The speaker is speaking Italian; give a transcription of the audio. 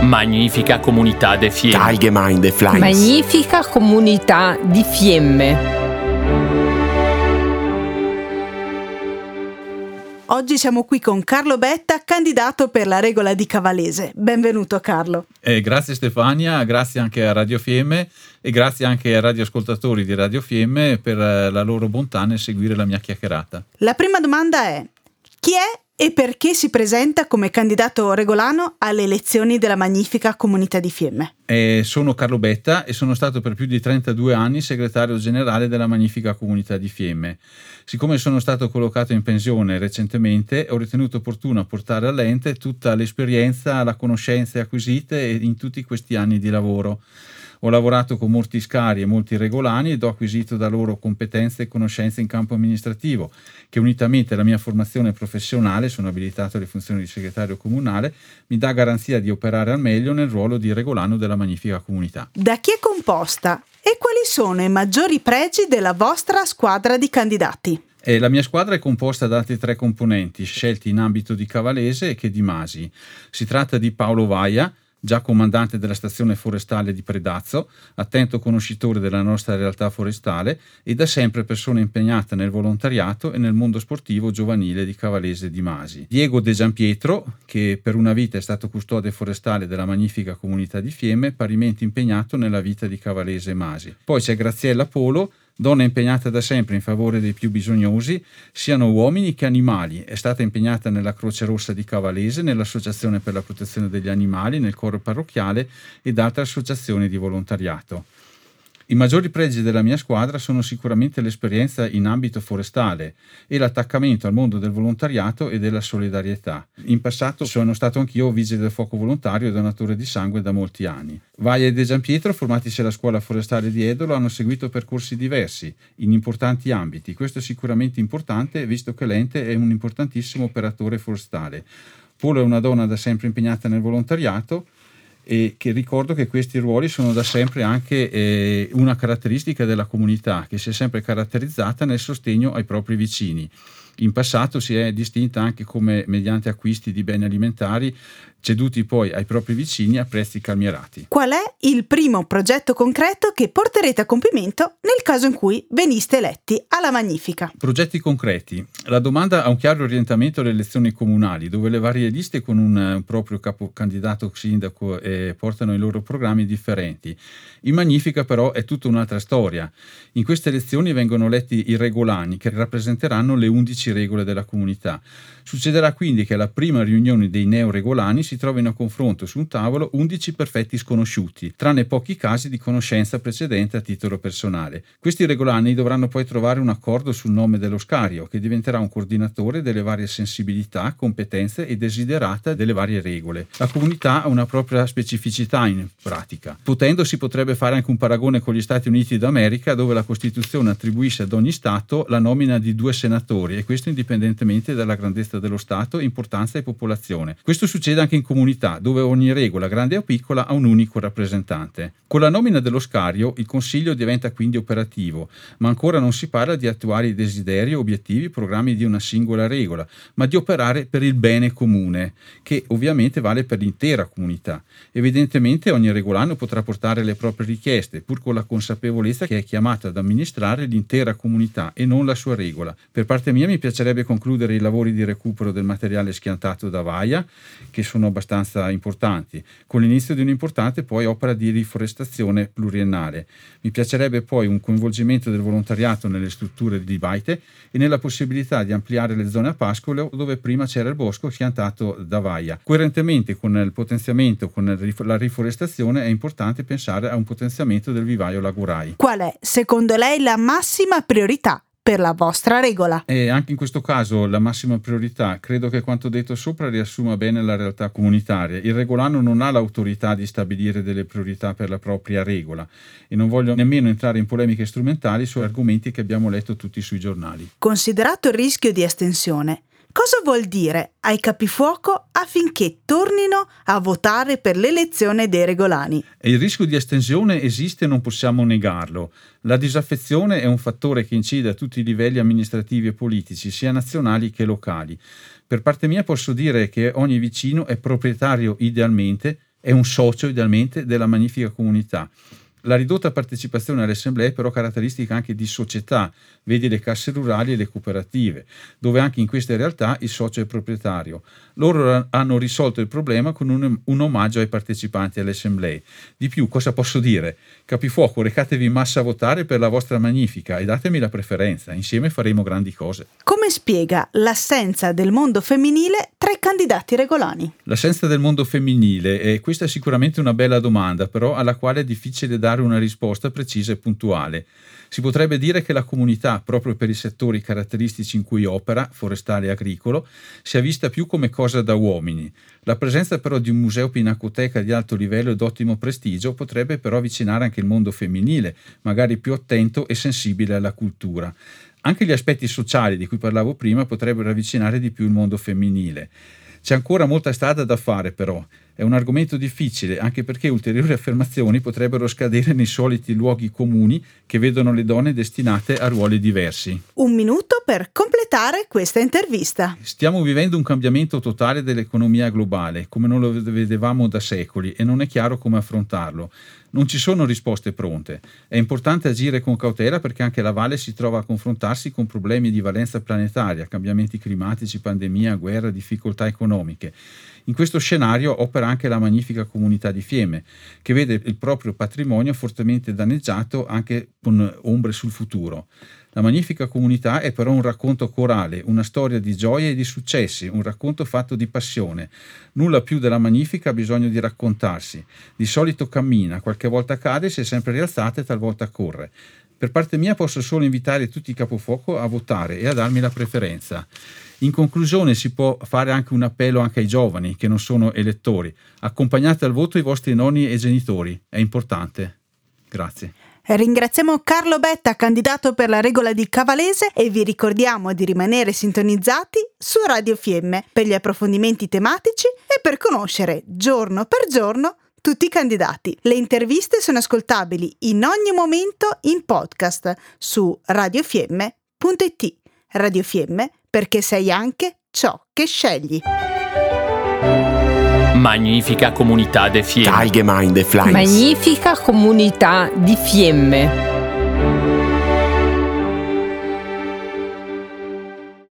Magnifica comunità de Fiemme. Allgemeine Fleiß. Magnifica comunità di Fiemme. Oggi siamo qui con Carlo Betta, candidato per la regola di Cavalese. Benvenuto Carlo. Grazie Stefania, grazie anche a Radio Fiemme e grazie anche ai radioascoltatori di Radio Fiemme per la loro bontà nel seguire la mia chiacchierata. La prima domanda è: chi è e perché si presenta come candidato regolano alle elezioni della Magnifica Comunità di Fiemme? Sono Carlo Betta e sono stato per più di 32 anni segretario generale della Magnifica Comunità di Fiemme. Siccome sono stato collocato in pensione recentemente, ho ritenuto opportuno portare all'ente tutta l'esperienza, la conoscenze acquisite in tutti questi anni di lavoro. Ho lavorato con molti scari e molti regolani ed ho acquisito da loro competenze e conoscenze in campo amministrativo, che unitamente alla mia formazione professionale, sono abilitato alle funzioni di segretario comunale, mi dà garanzia di operare al meglio nel ruolo di regolano della Magnifica Comunità. Da chi è composta e quali sono i maggiori pregi della vostra squadra di candidati? La mia squadra è composta da altri 3 componenti, scelti in ambito di Cavalese e che di Masi. Si tratta di Paolo Vaia, già comandante della stazione forestale di Predazzo, attento conoscitore della nostra realtà forestale e da sempre persona impegnata nel volontariato e nel mondo sportivo giovanile di Cavalese e di Masi. Diego De Giampietro, che per una vita è stato custode forestale della Magnifica Comunità di Fiemme, parimenti impegnato nella vita di Cavalese e Masi. Poi c'è Graziella Polo, donna impegnata da sempre in favore dei più bisognosi, siano uomini che animali. È stata impegnata nella Croce Rossa di Cavalese, nell'Associazione per la protezione degli animali, nel coro parrocchiale ed altre associazioni di volontariato. I maggiori pregi della mia squadra sono sicuramente l'esperienza in ambito forestale e l'attaccamento al mondo del volontariato e della solidarietà. In passato sono stato anch'io vigile del fuoco volontario e donatore di sangue da molti anni. Vaia e De Giampietro, formatisi alla scuola forestale di Edolo, hanno seguito percorsi diversi in importanti ambiti. Questo è sicuramente importante, visto che l'ente è un importantissimo operatore forestale. Polo è una donna da sempre impegnata nel volontariato, e che ricordo che questi ruoli sono da sempre anche una caratteristica della comunità, che si è sempre caratterizzata nel sostegno ai propri vicini. In passato si è distinta anche come mediante acquisti di beni alimentari ceduti poi ai propri vicini a prezzi calmierati. Qual è il primo progetto concreto che porterete a compimento nel caso in cui veniste eletti alla Magnifica? Progetti concreti. La domanda ha un chiaro orientamento alle elezioni comunali, dove le varie liste con un proprio capocandidato sindaco portano i loro programmi differenti. In Magnifica però è tutta un'altra storia. In queste elezioni vengono eletti i regolani, che rappresenteranno le 11 regole della comunità. Succederà quindi che alla prima riunione dei neoregolani si trovino a confronto su un tavolo 11 perfetti sconosciuti, tranne pochi casi di conoscenza precedente a titolo personale. Questi regolani dovranno poi trovare un accordo sul nome dello scario, che diventerà un coordinatore delle varie sensibilità, competenze e desiderata delle varie regole. La comunità ha una propria specificità in pratica. Potendo si potrebbe fare anche un paragone con gli Stati Uniti d'America, dove la Costituzione attribuisce ad ogni Stato la nomina di 2 senatori, e questo indipendentemente dalla grandezza dello Stato, importanza e popolazione. Questo succede anche in comunità, dove ogni regola, grande o piccola, ha un unico rappresentante. Con la nomina dello scario il Consiglio diventa quindi operativo, ma ancora non si parla di attuare i desideri, obiettivi, programmi di una singola regola, ma di operare per il bene comune, che ovviamente vale per l'intera comunità. Evidentemente ogni regolano potrà portare le proprie richieste, pur con la consapevolezza che è chiamato ad amministrare l'intera comunità e non la sua regola. Per parte mia mi piacerebbe concludere i lavori di recupero del materiale schiantato da Vaia, che sono abbastanza importanti, con l'inizio di un'importante poi opera di riforestazione pluriennale. Mi piacerebbe poi un coinvolgimento del volontariato nelle strutture di baite e nella possibilità di ampliare le zone a pascolo dove prima c'era il bosco schiantato da Vaia. Coerentemente con il potenziamento, con la riforestazione, è importante pensare a un potenziamento del vivaio Lagurai. Qual è, secondo lei, la massima priorità per la vostra regola? E anche in questo caso la massima priorità, credo che quanto detto sopra riassuma bene la realtà comunitaria. Il regolano non ha l'autorità di stabilire delle priorità per la propria regola e non voglio nemmeno entrare in polemiche strumentali su argomenti che abbiamo letto tutti sui giornali. Considerato il rischio di estensione, cosa vuol dire ai capifuoco affinché tornino a votare per l'elezione dei regolani? E il rischio di estensione esiste e non possiamo negarlo. La disaffezione è un fattore che incide a tutti i livelli amministrativi e politici, sia nazionali che locali. Per parte mia posso dire che ogni vicino è proprietario idealmente è un socio idealmente della magnifica comunità. La ridotta partecipazione alle assemblee è però caratteristica anche di società, vedi le casse rurali e le cooperative, dove anche in queste realtà il socio è proprietario. Loro hanno risolto il problema con un omaggio ai partecipanti alle assemblee. Di più, cosa posso dire? Capifuoco, recatevi in massa a votare per la vostra magnifica e datemi la preferenza, insieme faremo grandi cose. Come spiega l'assenza del mondo femminile tra i candidati regolani? L'assenza del mondo femminile, questa è sicuramente una bella domanda, però alla quale è difficile dare una risposta precisa e puntuale. Si potrebbe dire che la comunità, proprio per i settori caratteristici in cui opera, forestale e agricolo, sia vista più come cosa da uomini. La presenza però di un museo pinacoteca di alto livello e d'ottimo prestigio potrebbe però avvicinare anche il mondo femminile, magari più attento e sensibile alla cultura. Anche gli aspetti sociali di cui parlavo prima potrebbero avvicinare di più il mondo femminile. C'è ancora molta strada da fare però, è un argomento difficile anche perché ulteriori affermazioni potrebbero scadere nei soliti luoghi comuni che vedono le donne destinate a ruoli diversi. Un minuto per completare questa intervista. Stiamo vivendo un cambiamento totale dell'economia globale, come non lo vedevamo da secoli e non è chiaro come affrontarlo. Non ci sono risposte pronte. È importante agire con cautela perché anche la Valle si trova a confrontarsi con problemi di valenza planetaria, cambiamenti climatici, pandemia, guerra, difficoltà economiche. In questo scenario opera anche la magnifica comunità di Fiemme, che vede il proprio patrimonio fortemente danneggiato anche con ombre sul futuro. La magnifica comunità è però un racconto corale, una storia di gioie e di successi, un racconto fatto di passione. Nulla più della magnifica ha bisogno di raccontarsi. Di solito cammina, qualche volta cade, si è sempre rialzata e talvolta corre. Per parte mia posso solo invitare tutti i capofuoco a votare e a darmi la preferenza. In conclusione si può fare anche un appello anche ai giovani che non sono elettori. Accompagnate al voto i vostri nonni e genitori, è importante. Grazie. Ringraziamo Carlo Betta, candidato per la regola di Cavalese, e vi ricordiamo di rimanere sintonizzati su Radio Fiemme per gli approfondimenti tematici e per conoscere giorno per giorno tutti i candidati. Le interviste sono ascoltabili in ogni momento in podcast su radiofiemme.it. Radio Fiemme, perché sei anche ciò che scegli. Magnifica comunità de Fiemme. Magnifica comunità di Fiemme.